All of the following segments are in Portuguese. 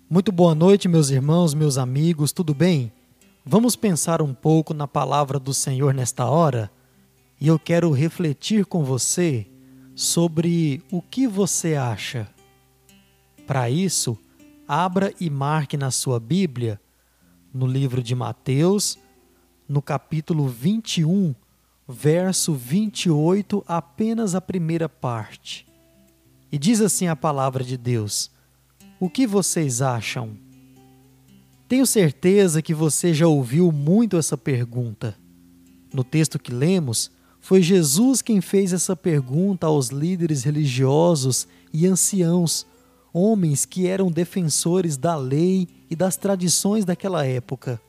Muito boa noite, meus irmãos, meus amigos, tudo bem? Vamos pensar um pouco na palavra do Senhor nesta hora? E eu quero refletir com você sobre o que você acha. Para isso, abra e marque na sua Bíblia, no livro de Mateus, no capítulo 21, verso 28, apenas a primeira parte. E diz assim a palavra de Deus: o que vocês acham? Tenho certeza que você já ouviu muito essa pergunta. No texto que lemos, foi Jesus quem fez essa pergunta aos líderes religiosos e anciãos, homens que eram defensores da lei e das tradições daquela época.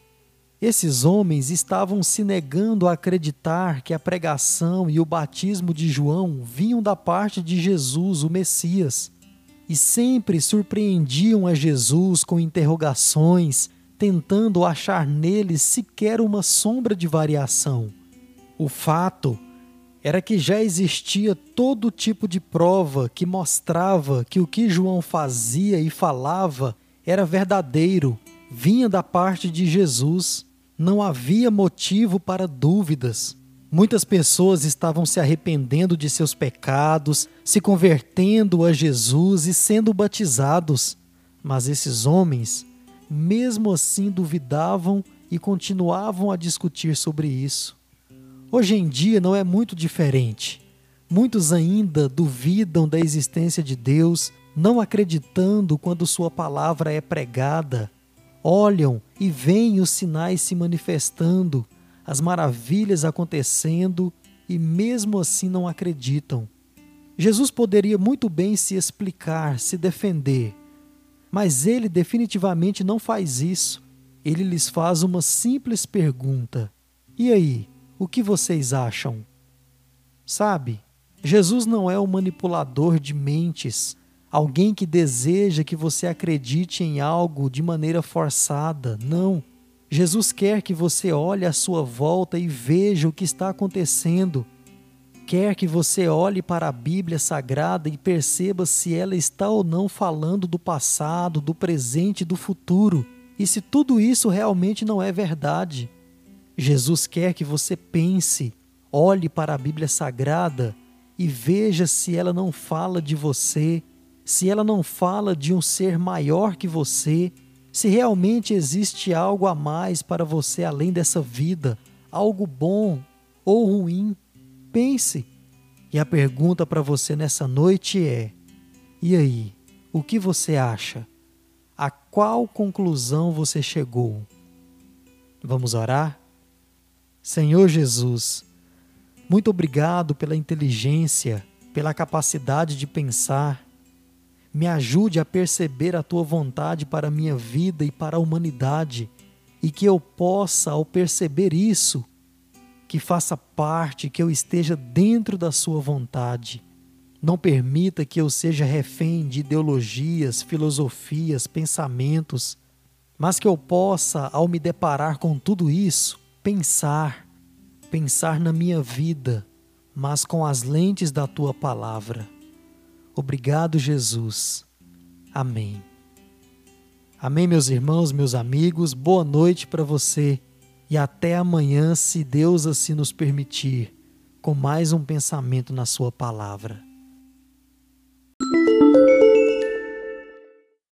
Esses homens estavam se negando a acreditar que a pregação e o batismo de João vinham da parte de Jesus, o Messias, e sempre surpreendiam a Jesus com interrogações, tentando achar nele sequer uma sombra de variação. O fato era que já existia todo tipo de prova que mostrava que o que João fazia e falava era verdadeiro, vinha da parte de Jesus. Não havia motivo para dúvidas. Muitas pessoas estavam se arrependendo de seus pecados, se convertendo a Jesus e sendo batizados. Mas esses homens, mesmo assim, duvidavam e continuavam a discutir sobre isso. Hoje em dia não é muito diferente. Muitos ainda duvidam da existência de Deus, não acreditando quando sua palavra é pregada. Olham e veem os sinais se manifestando, as maravilhas acontecendo e mesmo assim não acreditam. Jesus poderia muito bem se explicar, se defender, mas ele definitivamente não faz isso. Ele lhes faz uma simples pergunta: e aí, o que vocês acham? Sabe, Jesus não é um manipulador de mentes, alguém que deseja que você acredite em algo de maneira forçada. Não. Jesus quer que você olhe à sua volta e veja o que está acontecendo. Quer que você olhe para a Bíblia Sagrada e perceba se ela está ou não falando do passado, do presente e do futuro, e se tudo isso realmente não é verdade. Jesus quer que você pense, olhe para a Bíblia Sagrada e veja se ela não fala de você, se ela não fala de um ser maior que você, se realmente existe algo a mais para você além dessa vida, algo bom ou ruim. Pense. E a pergunta para você nessa noite é: e aí, o que você acha? A qual conclusão você chegou? Vamos orar? Senhor Jesus, muito obrigado pela inteligência, pela capacidade de pensar. Me ajude a perceber a Tua vontade para a minha vida e para a humanidade, e que eu possa, ao perceber isso, que faça parte, que eu esteja dentro da Sua vontade. Não permita que eu seja refém de ideologias, filosofias, pensamentos, mas que eu possa, ao me deparar com tudo isso, pensar na minha vida, mas com as lentes da Tua palavra. Obrigado, Jesus. Amém. Amém, meus irmãos, meus amigos. Boa noite para você e até amanhã, se Deus assim nos permitir, com mais um pensamento na sua palavra.